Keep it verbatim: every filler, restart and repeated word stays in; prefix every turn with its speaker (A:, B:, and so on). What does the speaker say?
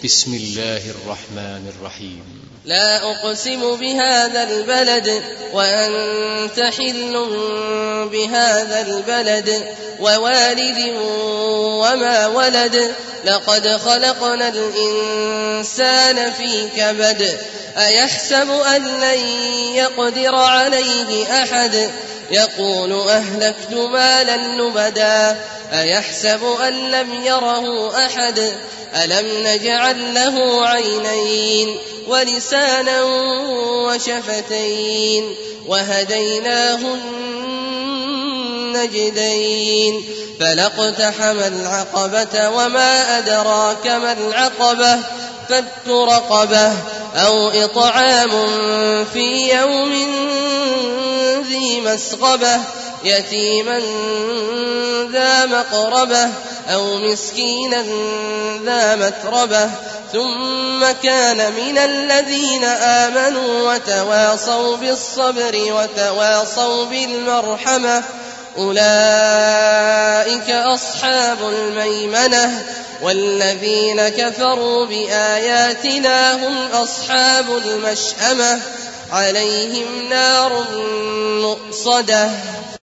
A: بسم الله الرحمن الرحيم.
B: لا أقسم بهذا البلد وأنت حل بهذا البلد ووالد وما ولد لقد خلقنا الإنسان في كبد أيحسب أن لن يقدر عليه أحد يقول أهلكت مالا لبدا أيحسب أن لم يره أحد ألم نجعل له عينين ولسانا وشفتين وهديناه النجدين فلاقتحم العقبة وما أدراك ما العقبة فك رقبة أو إطعام في يوم ذي مسغبة يتيما ذا مقربة أو مسكينا ذا متربة ثم كان من الذين آمنوا وتواصوا بالصبر وتواصوا بالمرحمة أولئك أصحاب الميمنة والذين كفروا بآياتنا هم أصحاب المشأمة عليهم نار مؤصدة